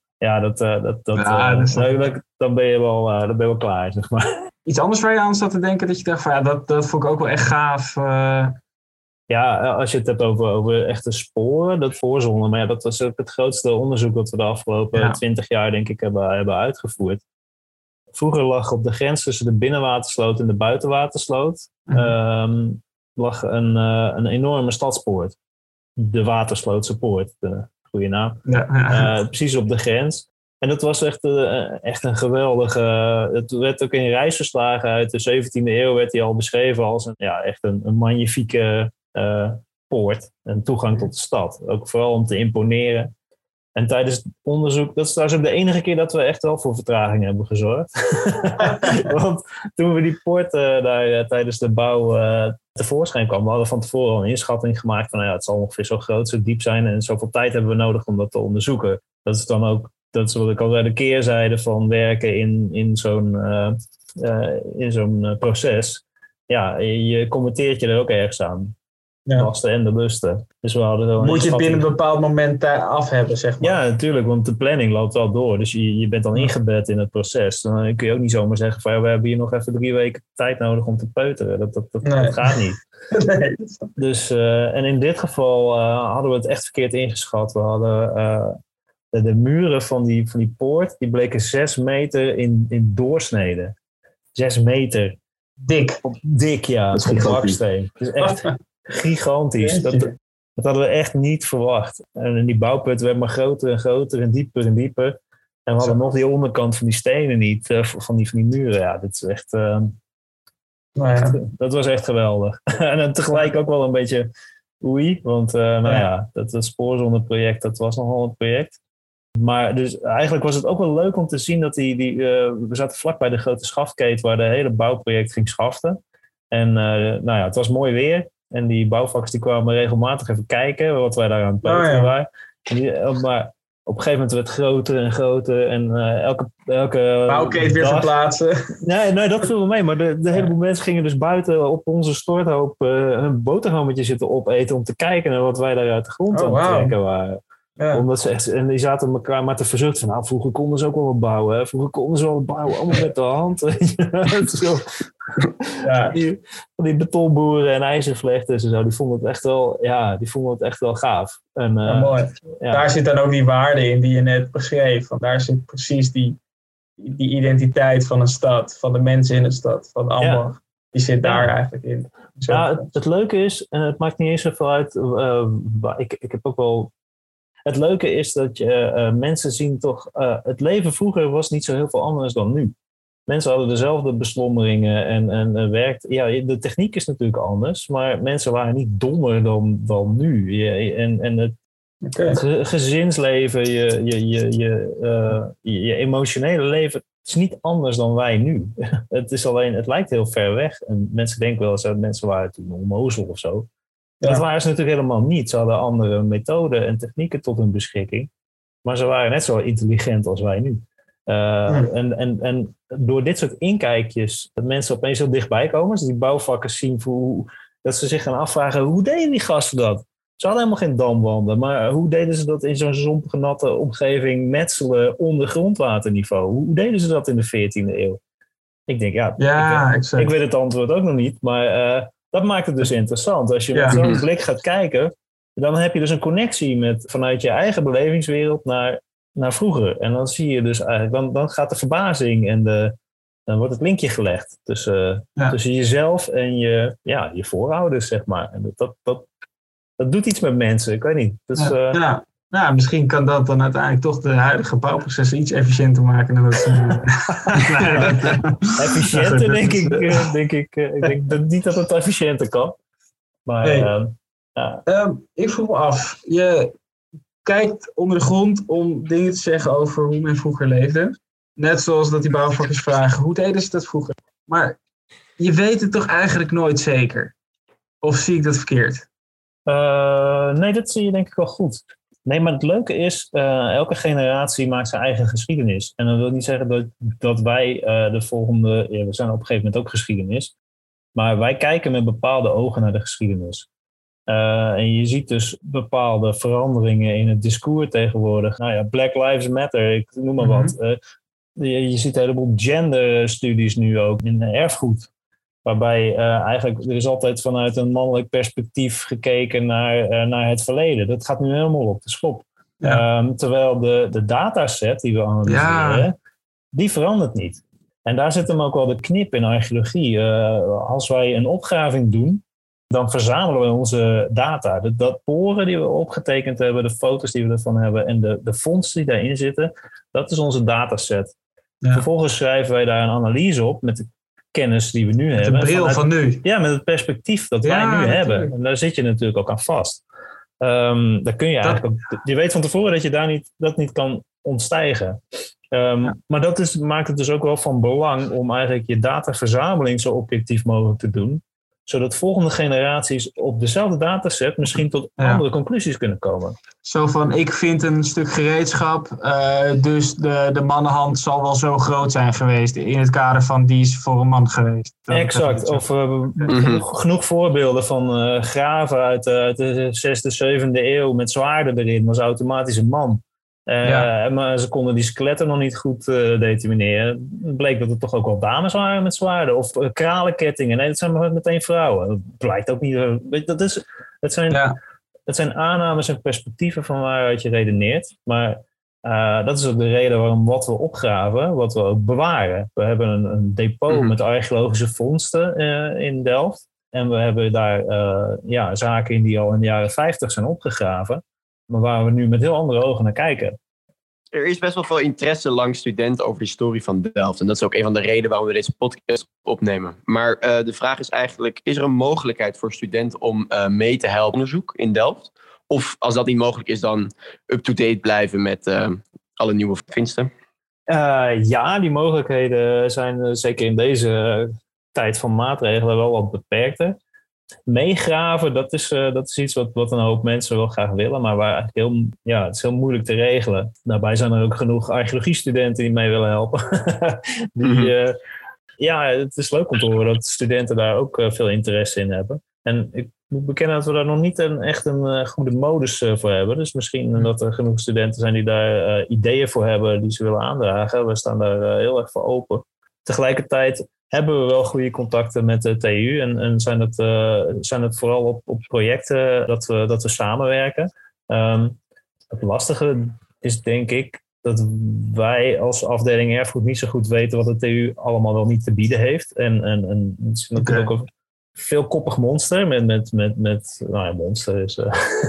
dan ben je wel klaar, zeg maar. Iets anders waar je aan zat te denken dat je dacht van dat vond ik ook wel echt gaaf. Ja, als je het hebt over echte sporen, dat voorzonnen. Maar dat was ook het grootste onderzoek dat we de afgelopen 20 jaar, denk ik, hebben uitgevoerd. Vroeger lag op de grens tussen de binnenwatersloot en de buitenwatersloot lag een enorme stadspoort. De Waterslootse Poort, de goede naam. Precies op de grens. En dat was echt een geweldige. Het werd ook in reisverslagen uit de 17e eeuw werd die al beschreven als echt een magnifieke poort. Een toegang tot de stad. Ook vooral om te imponeren. En tijdens het onderzoek, dat is trouwens ook de enige keer dat we echt wel voor vertraging hebben gezorgd. Want toen we die poort daar tijdens de bouw tevoorschijn kwam, we hadden van tevoren al een inschatting gemaakt van het zal ongeveer zo groot, zo diep zijn en zoveel tijd hebben we nodig om dat te onderzoeken. Dat is dan ook, dat is wat ik al zei, de keerzijde van werken in zo'n proces. Ja, je committeert je er ook ergens aan. De lasten en de lusten. Dus we hadden moet je het binnen een bepaald moment af hebben, zeg maar. Ja, natuurlijk, want de planning loopt wel door. Dus je bent dan ingebed in het proces. Dan kun je ook niet zomaar zeggen van we hebben hier nog even 3 weken tijd nodig om te peuteren. Dat gaat niet. Nee. Dus, en in dit geval hadden we het echt verkeerd ingeschat. We hadden de muren van die poort, die bleken 6 meter in doorsnede. 6 meter. Dik, ja. Dat is Op gigantisch. baksteen. Het is echt gigantisch. Dat hadden we echt niet verwacht. En die bouwput werd maar groter en groter en dieper en dieper. En we hadden nog die onderkant van die stenen niet. Van die muren. Ja, dit is echt... Dat was echt geweldig. En dan tegelijk ook wel een beetje oei. Want dat spoorzonneproject, dat was nogal een project. Maar dus eigenlijk was het ook wel leuk om te zien dat we zaten vlak bij de grote schaftketen waar de hele bouwproject ging schaften. En het was mooi weer. En die bouwvakkers die kwamen regelmatig even kijken wat wij daar aan het peuteren waren. Maar op een gegeven moment werd het groter en groter. En elke bouwketen weer verplaatsen. Nee, dat viel wel mee. Maar de heleboel mensen gingen dus buiten op onze storthoop hun boterhammetje zitten opeten om te kijken naar wat wij daar uit de grond aan het trekken waren. Ja. Omdat ze echt, en die zaten elkaar maar te verzuchten van, vroeger konden ze ook wel wat bouwen. Hè? Vroeger konden ze wel wat bouwen, allemaal met de hand. Die betonboeren en ijzervlechters en zo, die vonden het echt wel gaaf. En, mooi. Ja. Daar zit dan ook die waarde in die je net beschreef. Want daar zit precies die identiteit van een stad, van de mensen in een stad, van Ambach. Ja. Die zit daar eigenlijk in. Het leuke is, en het maakt niet eens zoveel uit, ik heb ook wel... Het leuke is dat je mensen zien toch... het leven vroeger was niet zo heel veel anders dan nu. Mensen hadden dezelfde beslommeringen en werkt... Ja, de techniek is natuurlijk anders, maar mensen waren niet dommer dan nu. Het gezinsleven, je emotionele leven, het is niet anders dan wij nu. Het lijkt heel ver weg. En mensen denken wel eens dat mensen waren toen onnozel of zo. Ja. Dat waren ze natuurlijk helemaal niet. Ze hadden andere methoden en technieken tot hun beschikking. Maar ze waren net zo intelligent als wij nu. En door dit soort inkijkjes, dat mensen opeens heel dichtbij komen. Dus die bouwvakkers zien dat ze zich gaan afvragen, hoe deden die gasten dat? Ze hadden helemaal geen damwanden. Maar hoe deden ze dat in zo'n zompige, natte omgeving metselen onder grondwaterniveau? Hoe deden ze dat in de 14e eeuw? Ik denk, ik weet het antwoord ook nog niet. Maar... dat maakt het dus interessant. Als je met zo'n blik gaat kijken, dan heb je dus een connectie vanuit je eigen belevingswereld naar vroeger. En dan zie je dus eigenlijk, dan gaat de verbazing en dan wordt het linkje gelegd tussen jezelf en je voorouders, zeg maar. En dat doet iets met mensen, ik weet niet. Dus, misschien kan dat dan uiteindelijk toch de huidige bouwprocessen iets efficiënter maken. Dan efficiënter, denk ik. Ik denk niet dat het efficiënter kan. Maar, ik vroeg me af. Je kijkt onder de grond om dingen te zeggen over hoe men vroeger leefde. Net zoals dat die bouwvakkers vragen, hoe deden ze dat vroeger? Maar je weet het toch eigenlijk nooit zeker? Of zie ik dat verkeerd? Nee, dat zie je denk ik wel goed. Nee, maar het leuke is, elke generatie maakt zijn eigen geschiedenis. En dat wil niet zeggen dat wij de volgende... we zijn op een gegeven moment ook geschiedenis. Maar wij kijken met bepaalde ogen naar de geschiedenis. En je ziet dus bepaalde veranderingen in het discours tegenwoordig. Black Lives Matter, ik noem maar wat. Je ziet een heleboel genderstudies nu ook in erfgoed. Waarbij eigenlijk, er is altijd vanuit een mannelijk perspectief gekeken naar het verleden. Dat gaat nu helemaal op de schop. Ja. Terwijl de dataset die we analyseren, die verandert niet. En daar zit hem ook wel de knip in archeologie. Als wij een opgraving doen, dan verzamelen we onze data. De datoren die we opgetekend hebben, de foto's die we ervan hebben en de vondsten die daarin zitten, dat is onze dataset. Ja. Vervolgens schrijven wij daar een analyse op met de kennis die we nu hebben. De bril van nu. Ja, met het perspectief dat wij nu hebben. En daar zit je natuurlijk ook aan vast. Daar kun je eigenlijk ook, je weet van tevoren dat je dat niet kan ontstijgen. Maar dat maakt het dus ook wel van belang om eigenlijk je dataverzameling zo objectief mogelijk te doen. Zodat volgende generaties op dezelfde dataset misschien tot andere conclusies kunnen komen. Zo van, ik vind een stuk gereedschap, dus de mannenhand zal wel zo groot zijn geweest. In het kader van, die is voor een man geweest. Exact. Of genoeg voorbeelden van graven uit de 6e, 7e eeuw met zwaarden erin. Was automatisch een man. Maar ze konden die skeletten nog niet goed determineren. Het bleek dat het toch ook wel dames waren met zwaarden. Of kralenkettingen. Nee, dat zijn maar meteen vrouwen. Dat blijkt ook niet. Het zijn aannames en perspectieven van waaruit je redeneert. Maar Dat is ook de reden waarom wat we opgraven, wat we ook bewaren. We hebben een depot met archeologische vondsten in Delft. En we hebben daar zaken in die al in de jaren 50 zijn opgegraven. Maar waar we nu met heel andere ogen naar kijken. Er is best wel veel interesse langs studenten over de historie van Delft. En dat is ook een van de redenen waarom we deze podcast opnemen. Maar de vraag is eigenlijk, is er een mogelijkheid voor studenten om mee te helpen onderzoek in Delft? Of als dat niet mogelijk is, dan up-to-date blijven met alle nieuwe vindsten? Ja, die mogelijkheden zijn zeker in deze tijd van maatregelen wel wat beperkter. Meegraven, dat is iets wat een hoop mensen wel graag willen, maar waar eigenlijk het is heel moeilijk te regelen. Daarbij zijn er ook genoeg archeologiestudenten die mee willen helpen. Het is leuk om te horen dat studenten daar ook veel interesse in hebben. En ik moet bekennen dat we daar nog niet echt een goede modus voor hebben. Dus misschien dat er genoeg studenten zijn die daar ideeën voor hebben die ze willen aandragen. We staan daar heel erg voor open. Tegelijkertijd hebben we wel goede contacten met de TU en zijn het vooral op projecten dat we samenwerken. Het lastige is denk ik dat wij als afdeling erfgoed niet zo goed weten wat de TU allemaal wel niet te bieden heeft. En het is natuurlijk ook een veelkoppig monster monster is...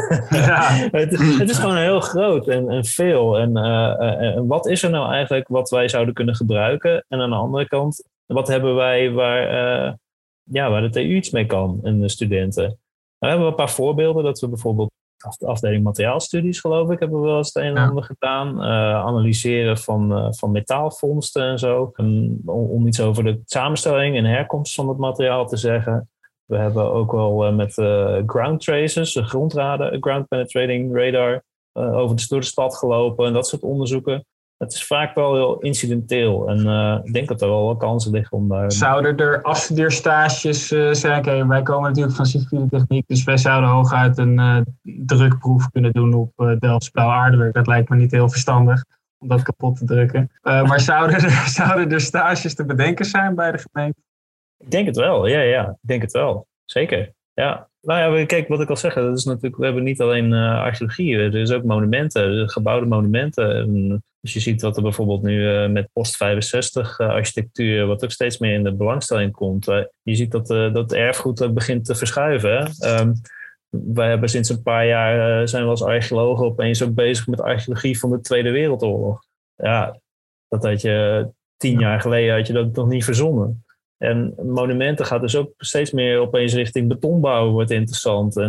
het is gewoon heel groot en veel. En wat is er nou eigenlijk wat wij zouden kunnen gebruiken? En aan de andere kant, wat hebben wij waar de TU iets mee kan en de studenten? Nou, we hebben een paar voorbeelden dat we bijvoorbeeld de afdeling materiaalstudies, geloof ik, hebben we wel eens het een en ander gedaan. Analyseren van metaalvondsten en zo. Om iets over de samenstelling en herkomst van het materiaal te zeggen. We hebben ook wel met ground tracers, grondraden, ground penetrating radar, door de stad gelopen en dat soort onderzoeken. Het is vaak wel heel incidenteel en ik denk dat er wel kansen liggen om daar... Zouden er afstudeerstages zijn? Kijk, wij komen natuurlijk van civiele techniek, dus wij zouden hooguit een drukproef kunnen doen op Delfts blauw aardewerk. Dat lijkt me niet heel verstandig om dat kapot te drukken. Maar zouden er stages te bedenken zijn bij de gemeente? Ik denk het wel, ja. Ik denk het wel. Zeker, ja. Nou ja, kijk, wat ik al zeg, dat is natuurlijk, we hebben niet alleen archeologie, er is ook monumenten, gebouwde monumenten. En als je ziet wat er bijvoorbeeld nu met post-65 architectuur, wat ook steeds meer in de belangstelling komt. Je ziet dat erfgoed begint te verschuiven. Hè? Wij hebben sinds een paar jaar, zijn we als archeologen opeens ook bezig met archeologie van de Tweede Wereldoorlog. Ja, dat had je 10 jaar geleden had je dat nog niet verzonnen. En monumenten gaat dus ook steeds meer opeens richting betonbouw, wordt interessant.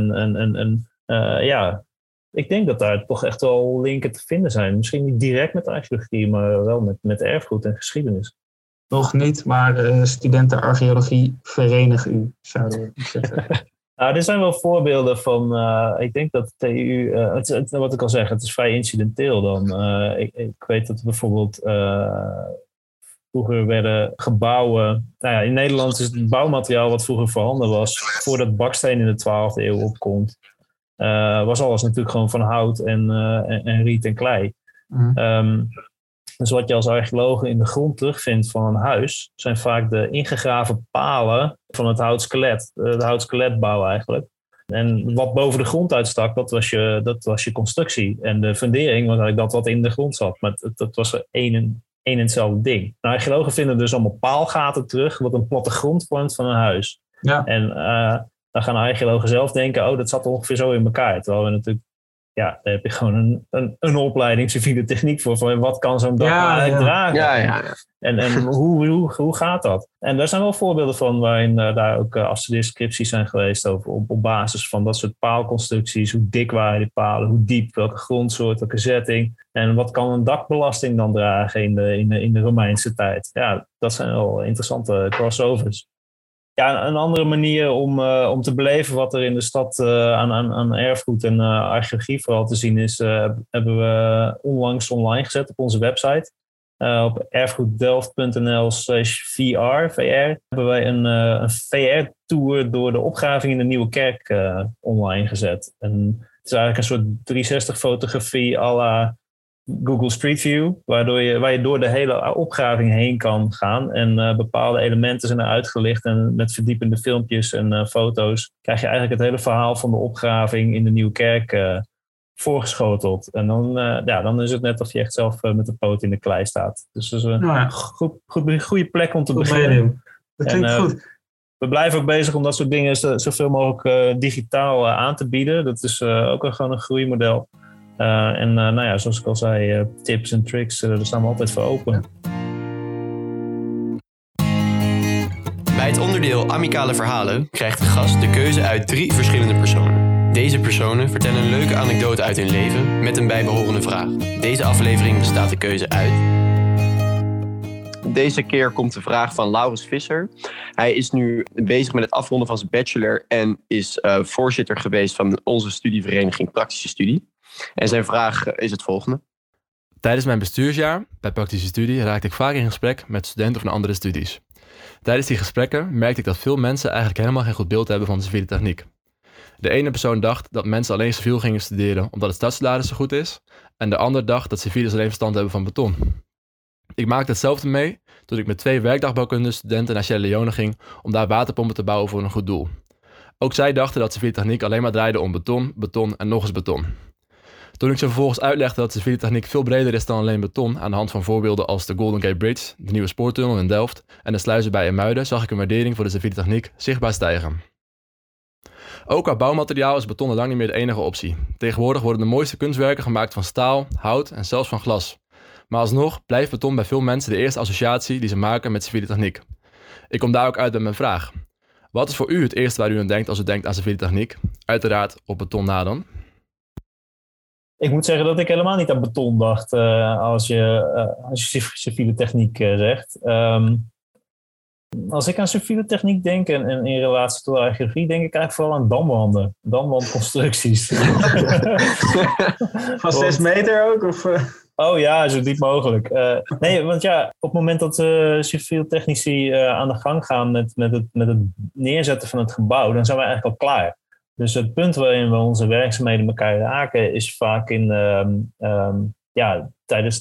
Ik denk dat daar toch echt wel linken te vinden zijn. Misschien niet direct met archeologie, maar wel met erfgoed en geschiedenis. Nog niet, maar studenten archeologie verenig u, zouden we zeggen. Nou, er zijn wel voorbeelden van, ik denk dat de TU, wat ik al zeg, het is vrij incidenteel dan. Ik weet dat bijvoorbeeld... Vroeger werden gebouwen... Nou ja, in Nederland is het bouwmateriaal wat vroeger voorhanden was, voordat baksteen in de 12e eeuw opkomt, was alles natuurlijk gewoon van hout en riet en klei. Dus wat je als archeoloog in de grond terugvindt van een huis, zijn vaak de ingegraven palen van het houtskelet. De houtskeletbouw eigenlijk. En wat boven de grond uitstak, dat was je constructie. En de fundering was eigenlijk dat wat in de grond zat. Maar dat was er één en hetzelfde ding. Nou, archeologen vinden dus allemaal paalgaten terug, wat een plattegrond vormt van een huis. Ja. En dan gaan archeologen zelf denken, dat zat ongeveer zo in elkaar. Terwijl we natuurlijk, daar heb je gewoon een opleiding civiele techniek voor. Van wat kan zo'n dak eigenlijk dragen? Ja. En hoe gaat dat? En daar zijn wel voorbeelden van waarin daar ook afstudeerscripties zijn geweest over op basis van dat soort paalconstructies. Hoe dik waren die palen? Hoe diep? Welke grondsoort? Welke zetting? En wat kan een dakbelasting dan dragen in de Romeinse tijd? Ja, dat zijn wel interessante crossovers. Ja, een andere manier om te beleven wat er in de stad aan erfgoed en archeologie vooral te zien is, hebben we onlangs online gezet op onze website. Op erfgoeddelft.nl/VR hebben wij een VR-tour door de opgraving in de Nieuwe Kerk online gezet. En het is eigenlijk een soort 360-fotografie à la Google Street View, waar je door de hele opgraving heen kan gaan en bepaalde elementen zijn er uitgelicht en met verdiepende filmpjes en foto's krijg je eigenlijk het hele verhaal van de opgraving in de Nieuwe Kerk voorgeschoteld. En dan is het net of je echt zelf met de poot in de klei staat. Dus dat is een goede plek om te beginnen. Dat klinkt goed. We blijven ook bezig om dat soort dingen zoveel mogelijk digitaal aan te bieden. Dat is ook gewoon een groeimodel. Zoals ik al zei, tips en tricks, daar staan we altijd voor open. Bij het onderdeel Amicale Verhalen krijgt de gast de keuze uit 3 verschillende personen. Deze personen vertellen een leuke anekdote uit hun leven met een bijbehorende vraag. Deze aflevering bestaat de keuze uit... Deze keer komt de vraag van Laurens Visser. Hij is nu bezig met het afronden van zijn bachelor en is voorzitter geweest van onze studievereniging Praktische Studie. En zijn vraag is het volgende. Tijdens mijn bestuursjaar bij Praktische Studie raakte ik vaak in gesprek met studenten van andere studies. Tijdens die gesprekken merkte ik dat veel mensen eigenlijk helemaal geen goed beeld hebben van de civiele techniek. De ene persoon dacht dat mensen alleen civiel gingen studeren omdat het stadssalaris zo goed is, en de ander dacht dat civielers alleen verstand hebben van beton. Ik maakte hetzelfde mee toen ik met 2 werkdagbouwkunde studenten naar Sierra Leone ging om daar waterpompen te bouwen voor een goed doel. Ook zij dachten dat civiele techniek alleen maar draaide om beton, beton en nog eens beton. Toen ik ze vervolgens uitlegde dat civiele techniek veel breder is dan alleen beton, aan de hand van voorbeelden als de Golden Gate Bridge, de nieuwe spoortunnel in Delft en de sluizen bij IJmuiden, zag ik een waardering voor de civiele techniek zichtbaar stijgen. Ook qua bouwmateriaal is beton lang niet meer de enige optie. Tegenwoordig worden de mooiste kunstwerken gemaakt van staal, hout en zelfs van glas. Maar alsnog blijft beton bij veel mensen de eerste associatie die ze maken met civiele techniek. Ik kom daar ook uit met mijn vraag. Wat is voor u het eerste waar u aan denkt als u denkt aan civiele techniek? Uiteraard op beton na dan. Ik moet zeggen dat ik helemaal niet aan beton dacht als je civiele techniek zegt. Als ik aan civiele techniek denk en in relatie tot archeologie, denk ik eigenlijk vooral aan damwanden. Damwandconstructies. Van 6 meter ook? Of? Oh ja, zo diep mogelijk. Nee, want ja, op het moment dat civiel technici aan de gang gaan met het neerzetten van het gebouw, dan zijn we eigenlijk al klaar. Dus het punt waarin we onze werkzaamheden elkaar raken is vaak tijdens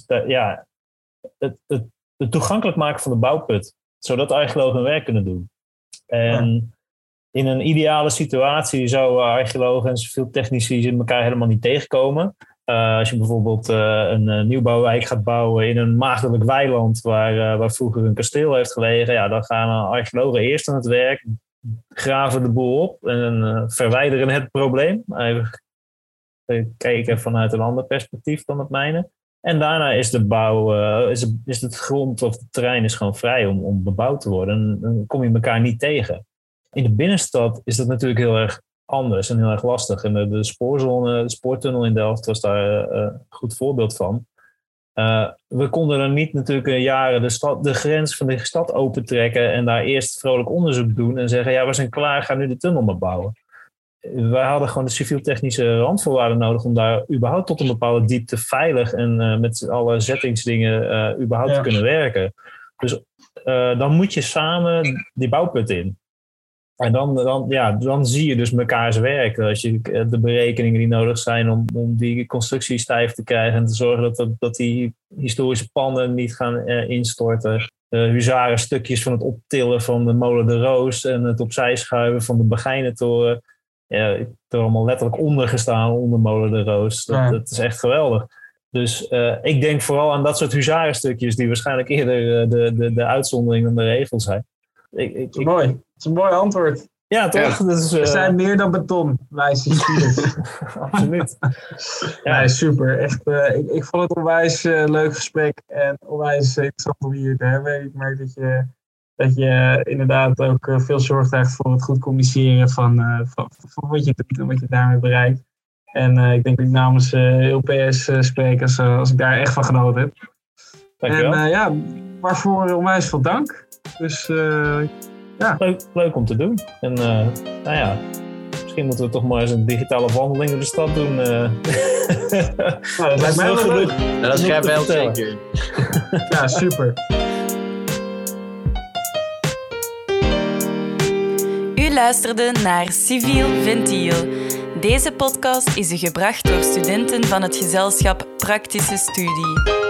het toegankelijk maken van de bouwput. Zodat archeologen hun werk kunnen doen. En in een ideale situatie zouden archeologen en civiel technici elkaar helemaal niet tegenkomen. Als je bijvoorbeeld een nieuwbouwwijk gaat bouwen in een maagdelijk weiland waar vroeger een kasteel heeft gelegen, ja, dan gaan archeologen eerst aan het werk, graven de boel op en verwijderen het probleem. Even kijken vanuit een ander perspectief dan het mijne. En daarna is de bouw, is het grond of het terrein is gewoon vrij om bebouwd te worden. En dan kom je elkaar niet tegen. In de binnenstad is dat natuurlijk heel erg anders en heel erg lastig. En de spoorzone, de spoortunnel in Delft was daar een goed voorbeeld van. We konden er niet natuurlijk jaren de grens van de stad opentrekken en daar eerst vrolijk onderzoek doen en zeggen, ja, we zijn klaar, ga nu de tunnel maar bouwen. Wij hadden gewoon de civiel-technische randvoorwaarden nodig om daar überhaupt tot een bepaalde diepte veilig en met alle zettingsdingen überhaupt te kunnen werken. Dus dan moet je samen die bouwput in. En dan zie je dus mekaars werk. Als je de berekeningen die nodig zijn om die constructie stijf te krijgen en te zorgen dat die historische panden niet gaan instorten. Huzarenstukjes van het optillen van de molen de Roos en het opzij schuiven van de Begijnentoren. Ja, ik heb er allemaal letterlijk onder gestaan, onder molen de Roos. Dat is echt geweldig. Dus ik denk vooral aan dat soort huzarenstukjes die waarschijnlijk eerder de uitzondering dan de regel zijn. Mooi. Dat is een mooi antwoord. Ja, toch? Ja. Dus, we zijn meer dan beton, wij civielers. Absoluut. Ja, nee, super. Echt, ik vond het onwijs leuk gesprek en onwijs interessant om hier te hebben. Ik merk dat je inderdaad ook veel zorg draagt voor het goed communiceren van wat je doet en wat je daarmee bereikt. En ik denk dat ik namens heel PS spreek als ik daar echt van genoten heb. Dankjewel. En waarvoor onwijs veel dank. Dus ja. Leuk om te doen. En misschien moeten we toch maar eens een digitale wandeling door de stad doen. Dat lijkt mij wel leuk. Dat schrijf wel zeker. Ja, super. U luisterde naar Civiel Ventiel. Deze podcast is u gebracht door studenten van het gezelschap Praktische Studie.